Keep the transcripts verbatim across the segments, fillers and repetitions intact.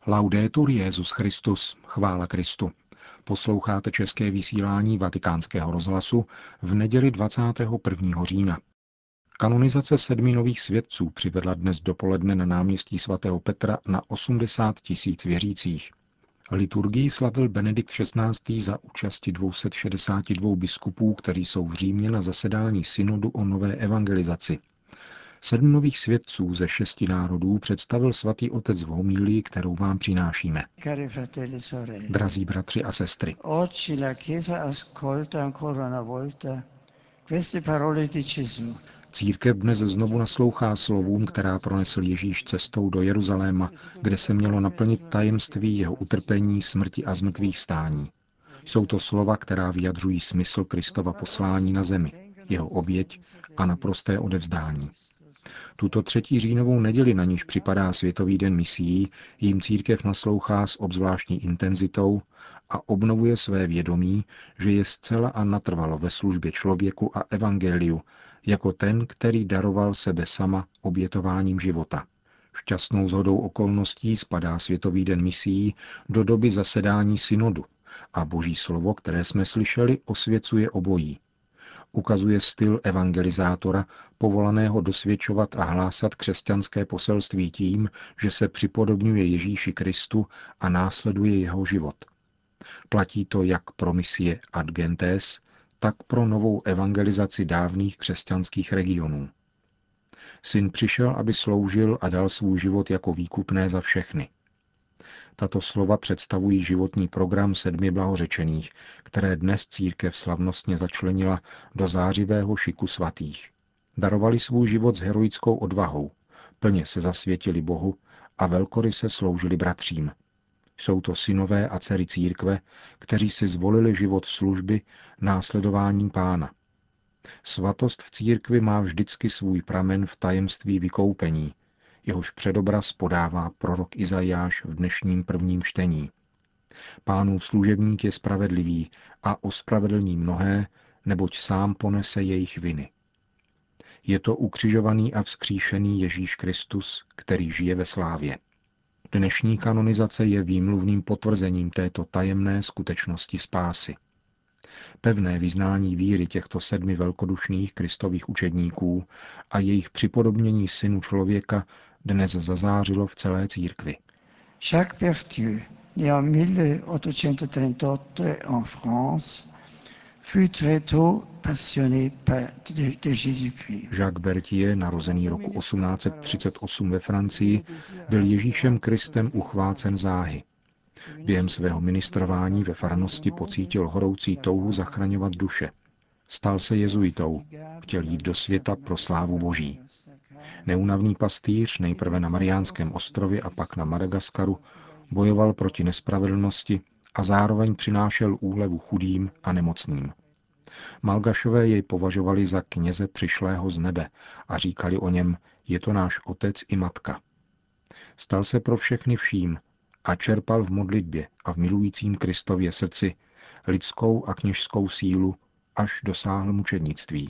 Laudetur Jesus Christus, chvála Kristu. Posloucháte české vysílání Vatikánského rozhlasu v neděli dvacátého prvního října. Kanonizace sedmi nových světců přivedla dnes dopoledne na náměstí svatého Petra na osmdesát tisíc věřících. Liturgii slavil Benedikt šestnáctý za účasti dvě stě šedesát dva biskupů, kteří jsou v Římě na zasedání synodu o nové evangelizaci. Sedm nových svědců ze šesti národů představil svatý otec v homílii, kterou vám přinášíme. Drazí bratři a sestry, církev dnes znovu naslouchá slovům, která pronesl Ježíš cestou do Jeruzaléma, kde se mělo naplnit tajemství jeho utrpení, smrti a zmrtvýchvstání. Jsou to slova, která vyjadřují smysl Kristova poslání na zemi, jeho oběť a naprosté odevzdání. Tuto třetí říjnovou neděli, na níž připadá Světový den misií, jim církev naslouchá s obzvláštní intenzitou a obnovuje své vědomí, že je zcela a natrvalo ve službě člověku a evangeliu, jako ten, který daroval sebe sama obětováním života. Šťastnou shodou okolností spadá Světový den misií do doby zasedání synodu a Boží slovo, které jsme slyšeli, osvěcuje obojí. Ukazuje styl evangelizátora, povolaného dosvědčovat a hlásat křesťanské poselství tím, že se připodobňuje Ježíši Kristu a následuje jeho život. Platí to jak pro misie ad gentes, tak pro novou evangelizaci dávných křesťanských regionů. Syn přišel, aby sloužil a dal svůj život jako výkupné za všechny. Tato slova představují životní program sedmi blahořečených, které dnes církev slavnostně začlenila do zářivého šiku svatých. Darovali svůj život s heroickou odvahou, plně se zasvětili Bohu a velkoryse sloužili bratřím. Jsou to synové a dcery církve, kteří si zvolili život služby následováním Pána. Svatost v církvi má vždycky svůj pramen v tajemství vykoupení, jehož předobraz podává prorok Izajáš v dnešním prvním čtení. Pánův služebník je spravedlivý a ospravedlní mnohé, neboť sám ponese jejich viny. Je to ukřižovaný a vzkříšený Ježíš Kristus, který žije ve slávě. Dnešní kanonizace je výmluvným potvrzením této tajemné skutečnosti spásy. Pevné vyznání víry těchto sedmi velkodušných Kristových učedníků a jejich připodobnění synu člověka dnes zazářilo v celé církvi. Jacques Berthieu, né en mille huit cent trente-huit en France, fut très tôt passionné de, de Jésus-Christ. Jacques Berthier, narozený roku osmnáct set třicet osm ve Francii, byl Ježíšem Kristem uchvácen záhy. Během svého ministrování ve farnosti pocítil horoucí touhu zachraňovat duše. Stal se jezuitou, chtěl jít do světa pro slávu Boží. Neúnavný pastýř nejprve na Mariánském ostrově a pak na Madagaskaru bojoval proti nespravedlnosti a zároveň přinášel úlevu chudým a nemocným. Malgašové jej považovali za kněze přišlého z nebe a říkali o něm, je to náš otec i matka. Stal se pro všechny vším a čerpal v modlitbě a v milujícím Kristově srdci lidskou a kněžskou sílu, až dosáhl mučednictví.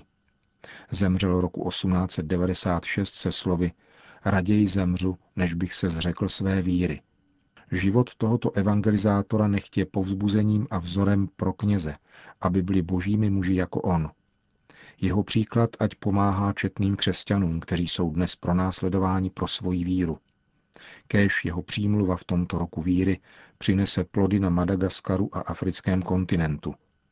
Zemřel roku osmnáct set devadesát šest se slovy raději zemřu, než bych se zřekl své víry. Život tohoto evangelizátora nechť je povzbuzením a vzorem pro kněze, aby byli božími muži jako on. Jeho příklad ať pomáhá četným křesťanům, kteří jsou dnes pronásledováni pro svoji víru. Kéž jeho přímluva v tomto roku víry přinese plody na Madagaskaru a africkém kontinentu.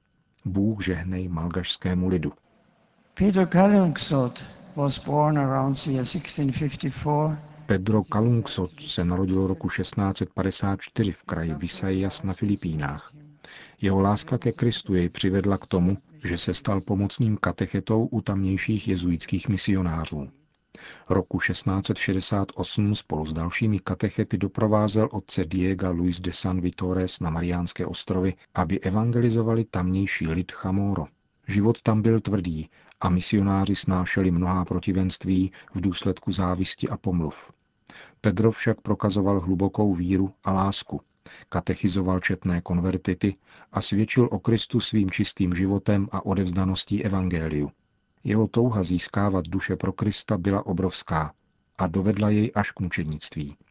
Bůh žehnej malgašskému lidu. Peter Kalungsod was born around the year sixteen fifty-four. Pedro Kalungsod se narodil roku šestnáct set padesát čtyři v kraji Visayas na Filipínách. Jeho láska ke Kristu jej přivedla k tomu, že se stal pomocným katechetou u tamnějších jezuitských misionářů. Roku šestnáct set šedesát osm spolu s dalšími katechety doprovázel otce Diega Luis de San Vitores na Mariánské ostrovy, aby evangelizovali tamnější lid Chamorro. Život tam byl tvrdý a misionáři snášeli mnohá protivenství v důsledku závisti a pomluv. Pedro však prokazoval hlubokou víru a lásku, katechizoval četné konvertity a svědčil o Kristu svým čistým životem a odevzdaností evangeliu. Jeho touha získávat duše pro Krista byla obrovská a dovedla jej až k mučednictví.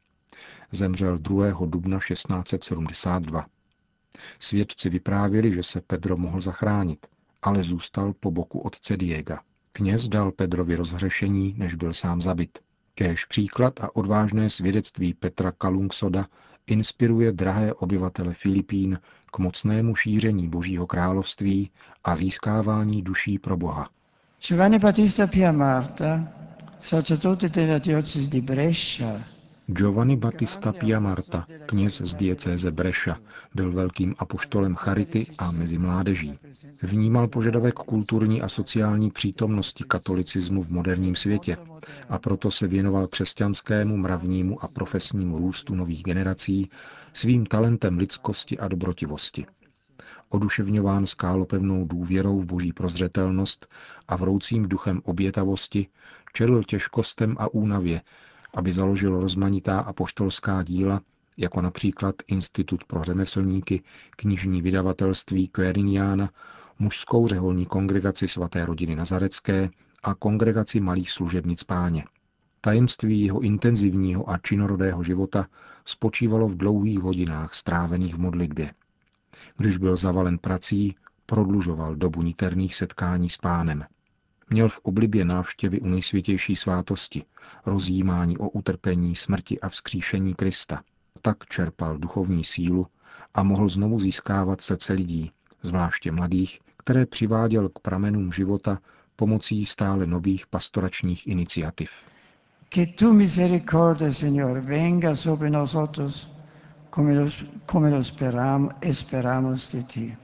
Zemřel druhého dubna šestnáct set sedmdesát dva. Svědci vyprávěli, že se Pedro mohl zachránit, ale zůstal po boku otce Diega. Kněz dal Pedrovi rozhřešení, než byl sám zabit. Kéž příklad a odvážné svědectví Petra Kalungsoda inspiruje drahé obyvatele Filipín k mocnému šíření Božího království a získávání duší pro Boha. Giovanni Battista Piamarta, sacerdote della diocesi di Brescia, Giovanni Battista Piamarta, kněz z diecéze Brescia, byl velkým apoštolem charity a mezi mládeží. Vnímal požadavek kulturní a sociální přítomnosti katolicismu v moderním světě a proto se věnoval křesťanskému, mravnímu a profesnímu růstu nových generací svým talentem lidskosti a dobrotivosti. Oduševňován skálopevnou důvěrou v boží prozřetelnost a vroucím duchem obětavosti, čelil těžkostem a únavě, aby založil rozmanitá apoštolská díla, jako například Institut pro řemeslníky, knižní vydavatelství Queriniana, mužskou řeholní kongregaci svaté rodiny Nazarecké a kongregaci malých služebnic Páně. Tajemství jeho intenzivního a činorodého života spočívalo v dlouhých hodinách strávených v modlitbě. Když byl zavalen prací, prodlužoval dobu niterných setkání s Pánem. Měl v oblibě návštěvy u nejsvětější svátosti, rozjímání o utrpení, smrti a vzkříšení Krista. Tak čerpal duchovní sílu a mohl znovu získávat srdce lidí, zvláště mladých, které přiváděl k pramenům života pomocí stále nových pastoračních iniciativ. Que tu misericordia, Señor, venga sobre nosotros como lo, como lo esperamos, esperamos de ti.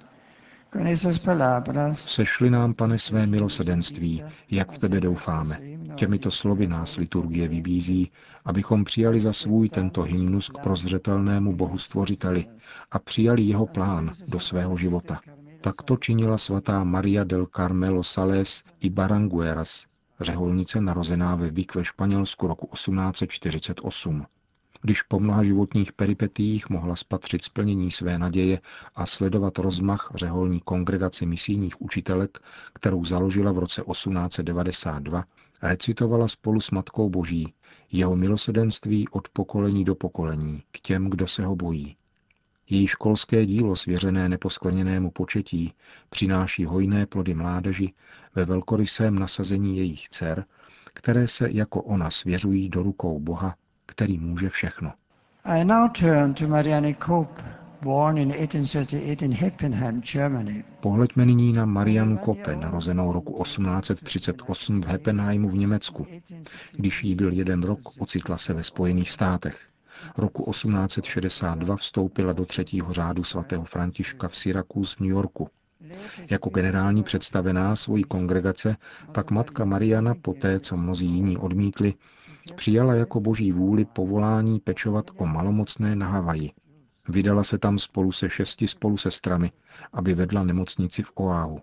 Sešli nám, Pane, své milosedenství, jak v tebe doufáme. Těmito slovy nás liturgie vybízí, abychom přijali za svůj tento hymnus k prozřetelnému Bohu Stvořiteli a přijali jeho plán do svého života. Tak to činila svatá Maria del Carmelo Sales y Barangueras, řeholnice narozená ve Vic ve Španělsku roku osmnáct set čtyřicet osm. Když po mnoha životních peripetiích mohla spatřit splnění své naděje a sledovat rozmach řeholní kongregace misijních učitelek, kterou založila v roce osmnáct set devadesát dva, recitovala spolu s Matkou Boží jeho milosedenství od pokolení do pokolení k těm, kdo se ho bojí. Její školské dílo svěřené neposkvrněnému početí přináší hojné plody mládeži ve velkorysém nasazení jejich dcer, které se jako ona svěřují do rukou Boha, který může všechno. I now turn to Marianne Koppe, born in eighteen thirty-eight in Heppenheim, Germany. Pohleďme nyní na Marianu Koppe, narozenou roku osmnáct set třicet osm v Heppenheimu v Německu. Když jí byl jeden rok, ocitla se ve Spojených státech. Roku osmnáct set šedesát dva vstoupila do třetího řádu svatého Františka v Syracuse v New Yorku. Jako generální představená svojí kongregace pak matka Mariana, poté co mnozí jiní odmítli, přijala jako boží vůli povolání pečovat o malomocné na Havaji. Vydala se tam spolu se šesti spolusestrami, aby vedla nemocnici v Oahu.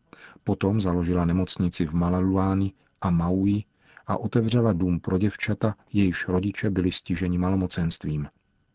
Potom založila nemocnici v Malaluáni a Maui a otevřela dům pro děvčata, jejichž rodiče byli stiženi malomocenstvím.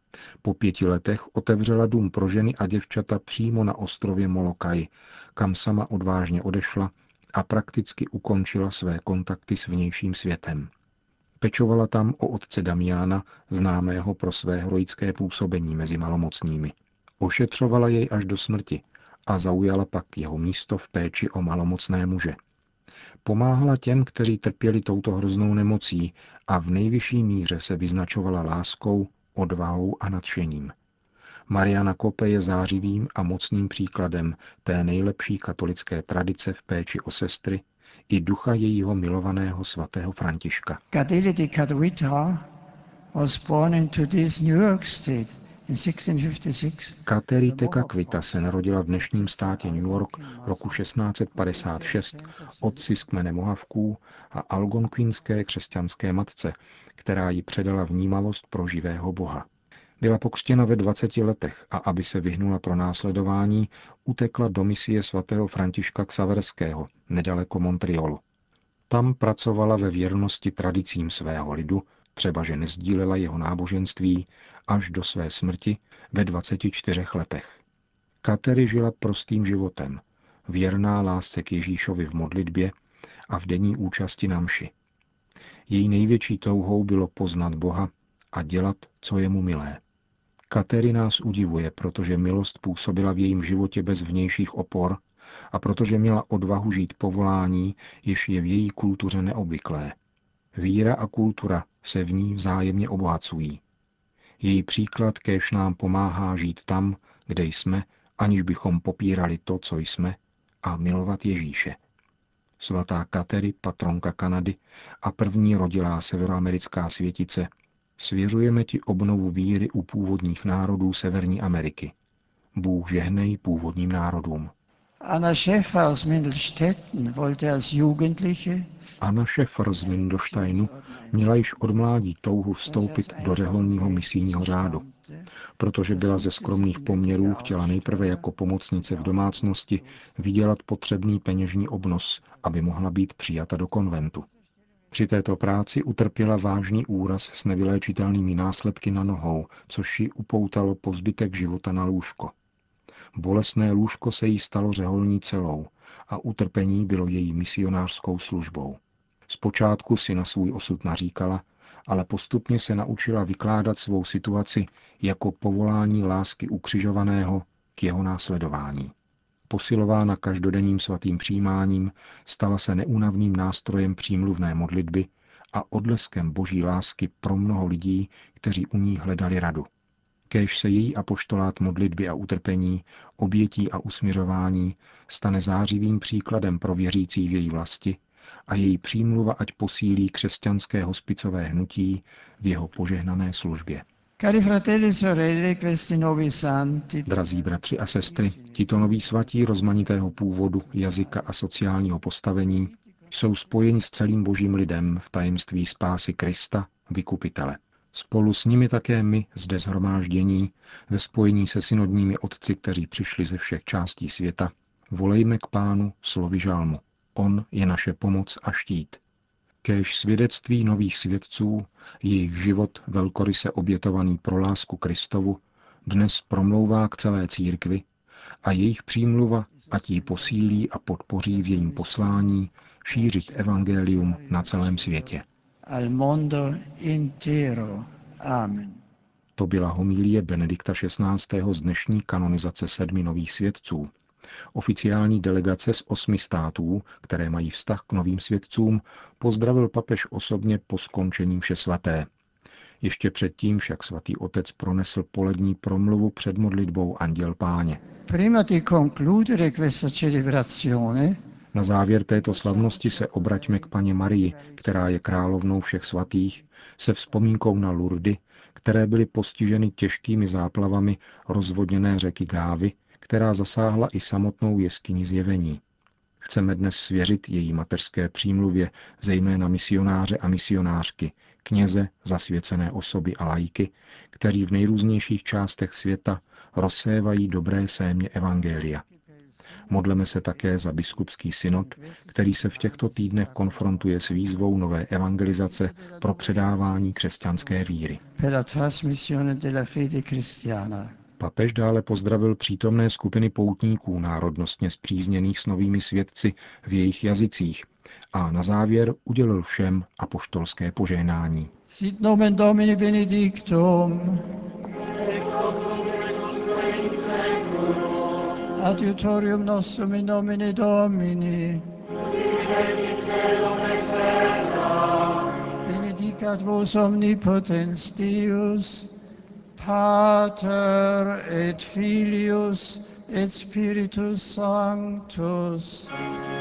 Po pěti letech otevřela dům pro ženy a děvčata přímo na ostrově Molokai, kam sama odvážně odešla a prakticky ukončila své kontakty s vnějším světem. Pečovala tam o otce Damiána, známého pro své heroické působení mezi malomocnými. Ošetřovala jej až do smrti a zaujala pak jeho místo v péči o malomocné muže. Pomáhala těm, kteří trpěli touto hroznou nemocí a v nejvyšší míře se vyznačovala láskou, odvahou a nadšením. Mariana Koppe je zářivým a mocným příkladem té nejlepší katolické tradice v péči o sestry i ducha jejího milovaného svatého Františka. Cadele de Caduita was born into this New York state in sixteen fifty-six. Kateri Tekakwita se narodila v dnešním státě New York roku šestnáct set padesát šest otci z kmene Mohavků a algonquinské křesťanské matce, která jí předala vnímavost pro živého Boha. Byla pokřtěna ve dvaceti letech a aby se vyhnula pronásledování, utekla do misie svatého Františka Xaverského, nedaleko Montrealu. Tam pracovala ve věrnosti tradicím svého lidu, třeba že nezdílela jeho náboženství, až do své smrti ve dvaceti čtyřech letech. Kateri žila prostým životem, věrná lásce k Ježíšovi v modlitbě a v denní účasti na mši. Její největší touhou bylo poznat Boha a dělat, co je mu milé. Katery nás udivuje, protože milost působila v jejím životě bez vnějších opor a protože měla odvahu žít povolání, jež je v její kultuře neobvyklé. Víra a kultura se v ní vzájemně obohacují. Její příklad kéž nám pomáhá žít tam, kde jsme, aniž bychom popírali to, co jsme, a milovat Ježíše. Svatá Katery, patronka Kanady a první rodilá severoamerická světice, svěřujeme ti obnovu víry u původních národů Severní Ameriky. Bůh žehnej původním národům. Anna Schäffer aus Mindelstetten wollte als Jugendliche Anna Schäffer z Mindelsteinu měla již od mládí touhu vstoupit do řeholního misijního řádu. Protože byla ze skromných poměrů, chtěla nejprve jako pomocnice v domácnosti vydělat potřebný peněžní obnos, aby mohla být přijata do konventu. Při této práci utrpěla vážný úraz s nevyléčitelnými následky na nohou, což ji upoutalo po zbytek života na lůžko. Bolestné lůžko se jí stalo řeholní celou a utrpení bylo její misionářskou službou. Zpočátku si na svůj osud naříkala, ale postupně se naučila vykládat svou situaci jako povolání lásky ukřižovaného k jeho následování. Posilována každodenním svatým přijímáním, stala se neúnavným nástrojem přímluvné modlitby a odleskem boží lásky pro mnoho lidí, kteří u ní hledali radu. Kéž se její apoštolát modlitby a utrpení, obětí a usmiřování stane zářivým příkladem pro věřící v její vlasti a její přímluva ať posílí křesťanské hospicové hnutí v jeho požehnané službě. Cari fratelli e sorelle, questi nuovi santi, Drazí bratři a sestry, tito noví svatí rozmanitého původu, jazyka a sociálního postavení jsou spojeni s celým božím lidem v tajemství spásy Krista, vykupitele. Spolu s nimi také my, zde shromáždění, ve spojení se synodními otci, kteří přišli ze všech částí světa, volejme k Pánu slovy žalmu. On je naše pomoc a štít. Kéž svědectví nových svědců, jejich život velkoryse obětovaný pro lásku Kristovu, dnes promlouvá k celé církvi a jejich přímluva ať ji posílí a podpoří v jejím poslání šířit evangelium na celém světě. al mondo intero. Amen. To byla homilie Benedikta šestnáctého z dnešní kanonizace sedmi nových svědců. Oficiální delegace z osmi států, které mají vztah k novým svědcům, pozdravil papež osobně po skončení mše svaté. Ještě předtím však svatý otec pronesl polední promluvu před modlitbou Anděl Páně. Prima di concludere questa celebrazione, Na závěr této slavnosti se obraťme k Panně Marii, která je královnou všech svatých, se vzpomínkou na Lurdy, které byly postiženy těžkými záplavami rozvodněné řeky Gávy, která zasáhla i samotnou jeskyni Zjevení. Chceme dnes svěřit její mateřské přímluvě zejména misionáře a misionářky, kněze, zasvěcené osoby a laiky, kteří v nejrůznějších částech světa rozsévají dobré sémě evangelia. Modleme se také za biskupský synod, který se v těchto týdnech konfrontuje s výzvou nové evangelizace pro předávání křesťanské víry. per la trasmissione della fede cristiana. Papež dále pozdravil přítomné skupiny poutníků národnostně spřízněných s novými svědci v jejich jazycích a na závěr udělil všem apoštolské požehnání. Sit nomen Domini benedictum. Adiutorium nostrum in nomine Domini. Benedicat vos omnipotens Deus, Pater et Filius et Spiritus Sanctus.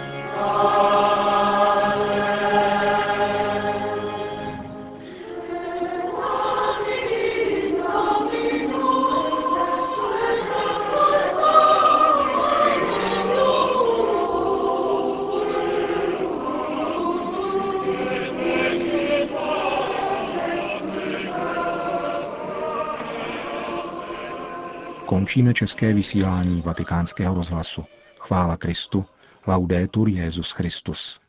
Končíme české vysílání Vatikánského rozhlasu. Chvála Kristu, laudetur Jesus Christus.